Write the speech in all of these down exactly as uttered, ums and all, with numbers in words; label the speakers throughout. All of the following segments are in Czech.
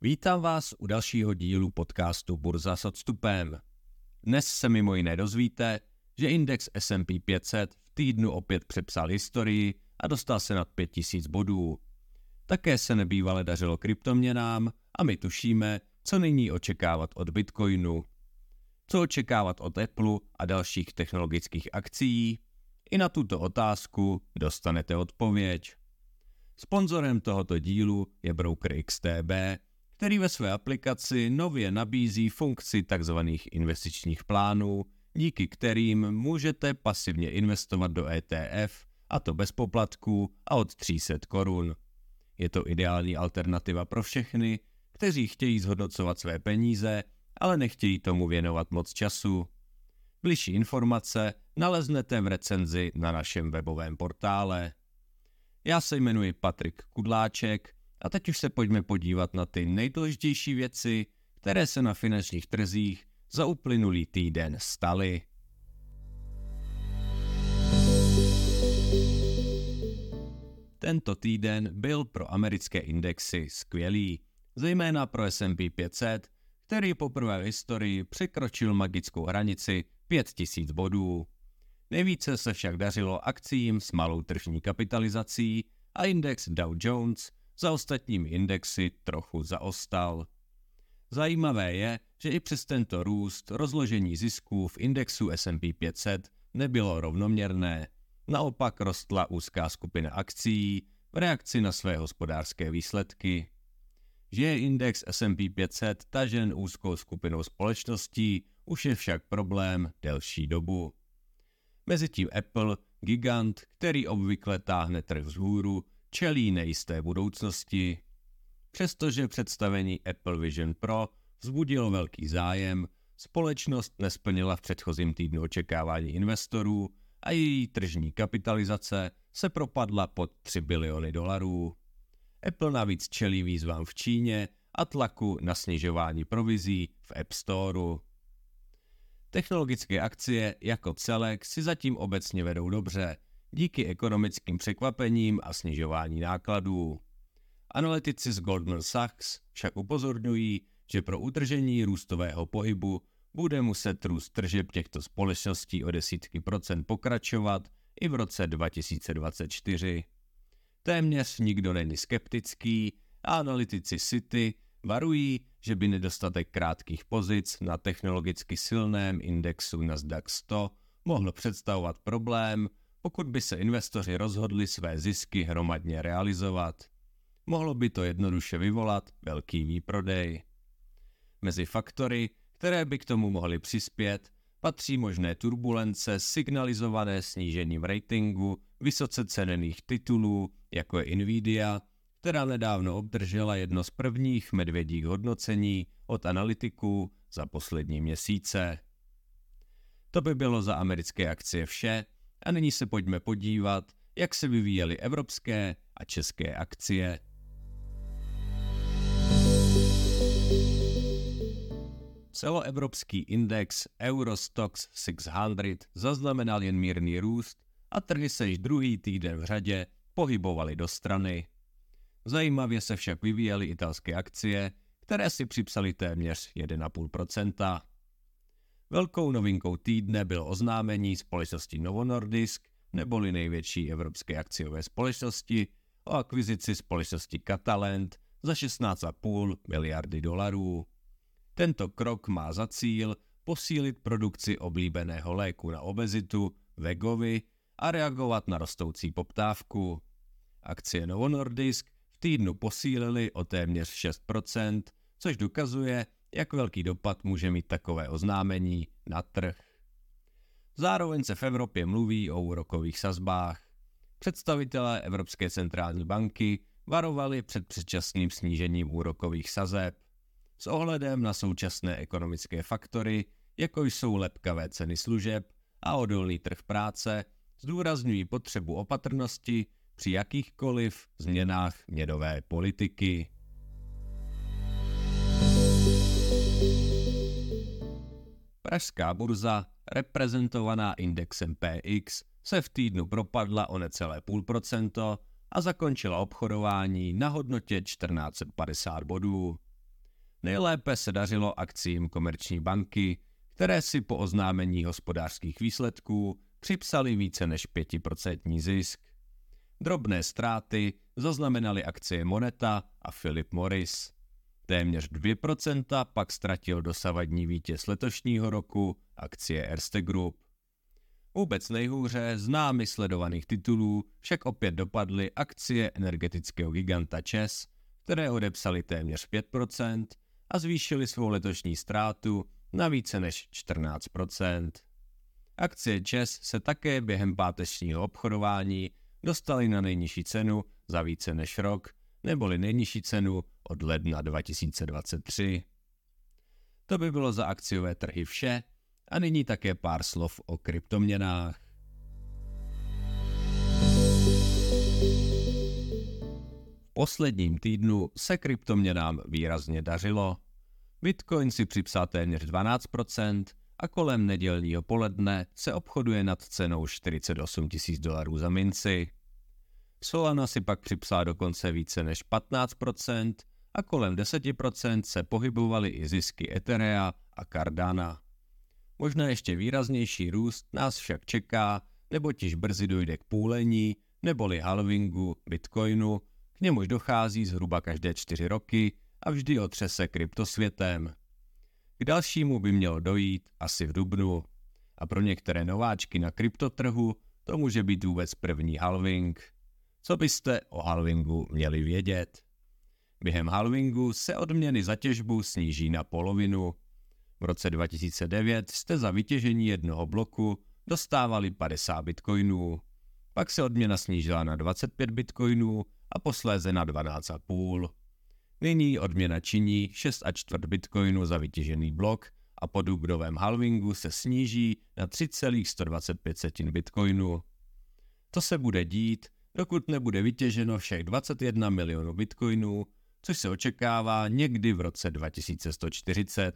Speaker 1: Vítám vás u dalšího dílu podcastu Burza s odstupem. Dnes se mimo jiné dozvíte, že index S and P pět set v týdnu opět přepsal historii a dostal se nad pět tisíc bodů. Také se nebývale dařilo kryptoměnám a my tušíme, co nyní očekávat od Bitcoinu. Co očekávat od Apple a dalších technologických akcií? I na tuto otázku dostanete odpověď. Sponzorem tohoto dílu je broker X T B, který ve své aplikaci nově nabízí funkci tzv. Investičních plánů, díky kterým můžete pasivně investovat do E T F, a to bez poplatků a od tři sta korun. Je to ideální alternativa pro všechny, kteří chtějí zhodnocovat své peníze, ale nechtějí tomu věnovat moc času. Bližší informace naleznete v recenzi na našem webovém portále. Já se jmenuji Patrik Kudláček a teď už se pojďme podívat na ty nejdůležitější věci, které se na finančních trzích za uplynulý týden staly. Tento týden byl pro americké indexy skvělý, zejména pro S and P pět set, který poprvé v historii překročil magickou hranici pět tisíc bodů. Nejvíce se však dařilo akciím s malou tržní kapitalizací a index Dow Jones za ostatními indexy trochu zaostal. Zajímavé je, že i přes tento růst rozložení zisků v indexu S and P pět set nebylo rovnoměrné. Naopak rostla úzká skupina akcií v reakci na své hospodářské výsledky. Že je index S and P pět set tažen úzkou skupinou společností, už je však problém delší dobu. Mezitím Apple, gigant, který obvykle táhne trh vzhůru, čelí nejisté budoucnosti. Přestože představení Apple Vision Pro vzbudilo velký zájem, společnost nesplnila v předchozím týdnu očekávání investorů a její tržní kapitalizace se propadla pod tři biliony dolarů. Apple navíc čelí výzvám v Číně a tlaku na snižování provizí v App Storeu. Technologické akcie jako celek si zatím obecně vedou dobře, díky ekonomickým překvapením a snižování nákladů. Analytici z Goldman Sachs však upozorňují, že pro udržení růstového pohybu bude muset růst tržeb těchto společností o desítky procent pokračovat i v roce dva tisíce dvacet čtyři. Téměř nikdo není skeptický a analytici Citi varují, že by nedostatek krátkých pozic na technologicky silném indexu Nasdaq sto mohl představovat problém, pokud by se investoři rozhodli své zisky hromadně realizovat. Mohlo by to jednoduše vyvolat velký výprodej. Mezi faktory, které by k tomu mohly přispět, patří možné turbulence signalizované snížením ratingu vysoce ceněných titulů, jako je Nvidia, která nedávno obdržela jedno z prvních medvědích hodnocení od analytiků za poslední měsíce. To by bylo za americké akcie vše a nyní se pojďme podívat, jak se vyvíjely evropské a české akcie. Celoevropský index Euro Stoxx šest set zaznamenal jen mírný růst a trhy se již druhý týden v řadě pohybovaly do strany. Zajímavě se však vyvíjely italské akcie, které si připsaly téměř jedna celá pět procenta. Velkou novinkou týdne bylo oznámení společnosti Novo Nordisk, neboli největší evropské akciové společnosti, o akvizici společnosti Catalent za šestnáct celá pět miliardy dolarů. Tento krok má za cíl posílit produkci oblíbeného léku na obezitu Wegovy a reagovat na rostoucí poptávku. Akcie Novo Nordisk v týdnu posílily o téměř šest procent, což dokazuje, jak velký dopad může mít takové oznámení na trh. Zároveň se v Evropě mluví o úrokových sazbách. Představitelé Evropské centrální banky varovali před předčasným snížením úrokových sazeb. S ohledem na současné ekonomické faktory, jako jsou lepkavé ceny služeb a odolný trh práce, zdůrazňují potřebu opatrnosti při jakýchkoliv změnách měnové politiky. Pražská burza, reprezentovaná indexem P X, se v týdnu propadla o necelé půl procento a zakončila obchodování na hodnotě čtrnáct set padesát bodů. Nejlépe se dařilo akciím Komerční banky, které si po oznámení hospodářských výsledků připsali více než pětiprocentní zisk. Drobné ztráty zaznamenaly akcie Moneta a Philip Morris. Téměř dvě procenta pak ztratil dosavadní vítěz letošního roku, akcie Erste Group. Vůbec nejhůře z námi sledovaných titulů však opět dopadly akcie energetického giganta ČEZ, které odepsaly téměř pět procent a zvýšily svou letošní ztrátu na více než čtrnáct procent. Akcie ČEZ se také během pátečního obchodování dostaly na nejnižší cenu za více než rok, neboli nejnižší cenu od ledna dva tisíce dvacet tři. To by bylo za akciové trhy vše a nyní také pár slov o kryptoměnách. V posledním týdnu se kryptoměnám výrazně dařilo. Bitcoin si připsal téměř dvanáct procent a kolem nedělního poledne se obchoduje nad cenou čtyřicet osm tisíc dolarů za minci. Solana si pak připsala dokonce více než patnáct procent a kolem deset procent se pohybovaly i zisky Etherea a Cardana. Možná ještě výraznější růst nás však čeká, neboť již brzy dojde k půlení neboli halvingu Bitcoinu, k němuž dochází zhruba každé čtyři roky a vždy otřese kryptosvětem. K dalšímu by mělo dojít asi v dubnu a pro některé nováčky na kryptotrhu to může být vůbec první halving. Co byste o halvingu měli vědět? Během halvingu se odměny za těžbu sníží na polovinu. V roce dva tisíce devět jste za vytěžení jednoho bloku dostávali padesát bitcoinů. Pak se odměna snížila na dvacet pět bitcoinů a posléze na dvanáct celá pět. Nyní odměna činí šest a čtvrt bitcoinu za vytěžený blok a po dubnovém halvingu se sníží na tři celá sto dvacet pět bitcoinů. To se bude dít, dokud nebude vytěženo všech dvacet jedna milionů bitcoinů, což se očekává někdy v roce dva tisíce sto čtyřicet.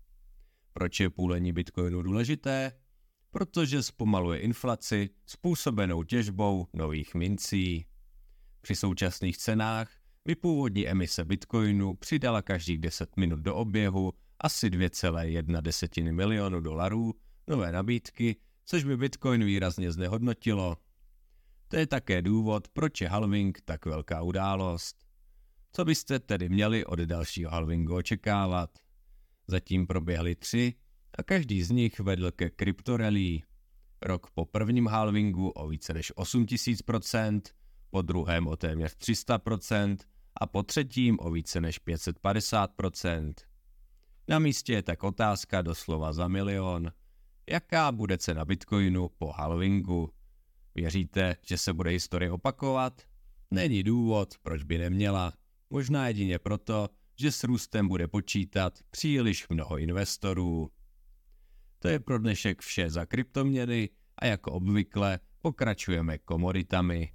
Speaker 1: Proč je půlení bitcoinu důležité? Protože zpomaluje inflaci způsobenou těžbou nových mincí. Při současných cenách by původní emise bitcoinu přidala každých deset minut do oběhu asi dvě celá jedna milionu dolarů nové nabídky, což by bitcoin výrazně znehodnotilo. To je také důvod, proč je halving tak velká událost. Co byste tedy měli od dalšího halvingu očekávat? Zatím proběhly tři a každý z nich vedl ke kryptorally. Rok po prvním halvingu o více než osm tisíc procent, po druhém o téměř tři sta procent a po třetím o více než pět set padesát procent. Na místě je tak otázka doslova za milion. Jaká bude cena bitcoinu po halvingu? Věříte, že se bude historie opakovat? Není důvod, proč by neměla. Možná jedině proto, že s růstem bude počítat příliš mnoho investorů. To je pro dnešek vše za kryptoměny a jako obvykle pokračujeme komoditami.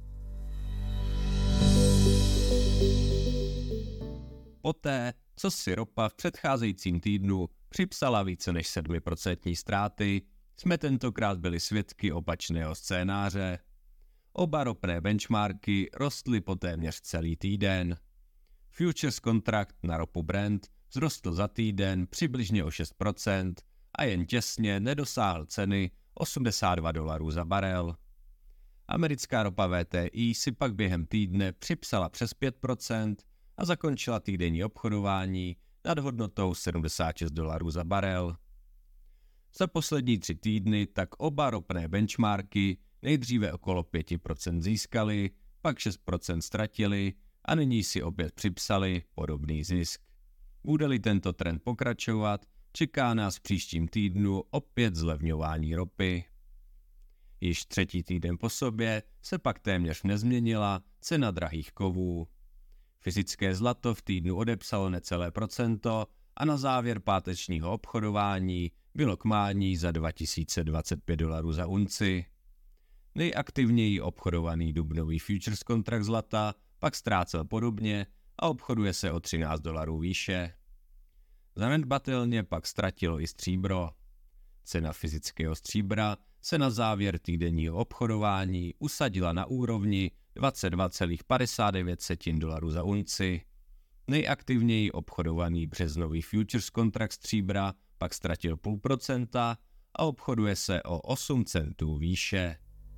Speaker 1: Poté, co si ropa v předcházejícím týdnu připsala více než sedm procent ztráty, jsme tentokrát byli svědky opačného scénáře. Oba ropné benchmarky rostly po téměř celý týden. Futures kontrakt na ropu Brent vzrostl za týden přibližně o šest procent a jen těsně nedosáhl ceny osmdesát dva dolarů za barel. Americká ropa V T I si pak během týdne připsala přes pět procent a zakončila týdenní obchodování nad hodnotou sedmdesát šest dolarů za barel. Za poslední tři týdny tak oba ropné benchmarky nejdříve okolo pět procent získali, pak šest procent ztratili a nyní si opět připsali podobný zisk. Bude-li tento trend pokračovat, čeká nás v příštím týdnu opět zlevňování ropy. Již třetí týden po sobě se pak téměř nezměnila cena drahých kovů. Fyzické zlato v týdnu odepsalo necelé procento a na závěr pátečního obchodování bylo k mání za dva tisíce dvacet pět dolarů za unci. Nejaktivněji obchodovaný dubnový futures kontrakt zlata pak ztrácel podobně a obchoduje se o třináct dolarů výše. Zanedbatelně pak ztratilo i stříbro. Cena fyzického stříbra se na závěr týdenního obchodování usadila na úrovni dvacet dva celá padesát devět dolarů za unci. Nejaktivněji obchodovaný březnový futures kontrakt stříbra pak ztratil půl procenta a obchoduje se o osm centů výše.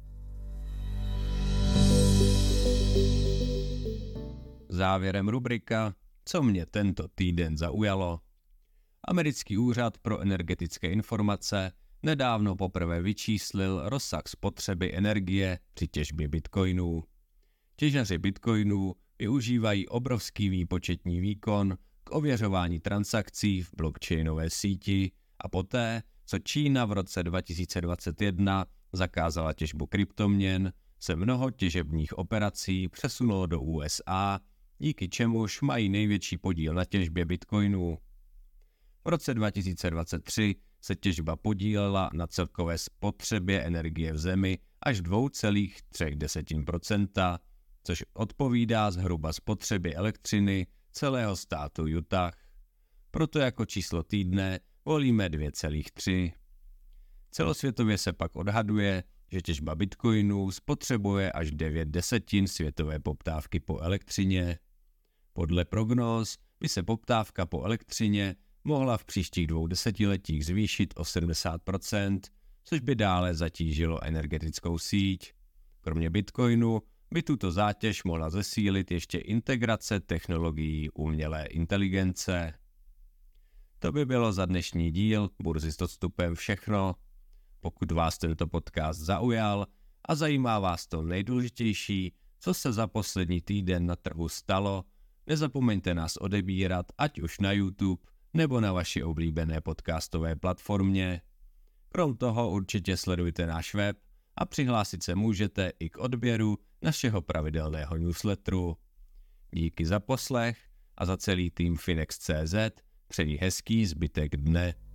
Speaker 1: Závěrem rubrika Co mě tento týden zaujalo. Americký úřad pro energetické informace nedávno poprvé vyčíslil rozsah spotřeby energie při těžbě bitcoinů. Těžaři bitcoinů využívají obrovský výpočetní výkon k ověřování transakcí v blockchainové síti a poté, co Čína v roce dva tisíce dvacet jedna zakázala těžbu kryptoměn, se mnoho těžebních operací přesunulo do U S A, díky čemuž mají největší podíl na těžbě bitcoinů. V roce dva tisíce dvacet tři se těžba podílela na celkové spotřebě energie v zemi až dva celá tři procenta, což odpovídá zhruba spotřebě elektřiny celého státu Utah. Proto jako číslo týdne volíme dva celá tři. Celosvětově se pak odhaduje, že těžba bitcoinů spotřebuje až devět desetin světové poptávky po elektřině. Podle prognóz by se poptávka po elektřině mohla v příštích dvou desetiletích zvýšit o sedmdesát procent, což by dále zatížilo energetickou síť. Kromě bitcoinu by tuto zátěž mohla zesílit ještě integrace technologií umělé inteligence. To by bylo za dnešní díl Burzy s odstupem všechno. Pokud vás tento podcast zaujal a zajímá vás to nejdůležitější, co se za poslední týden na trhu stalo, nezapomeňte nás odebírat ať už na YouTube nebo na vaší oblíbené podcastové platformě. Krom toho určitě sledujte náš web a přihlásit se můžete i k odběru našeho pravidelného newsletteru. Díky za poslech a za celý tým Finex tečka cé zet přeji hezký zbytek dne.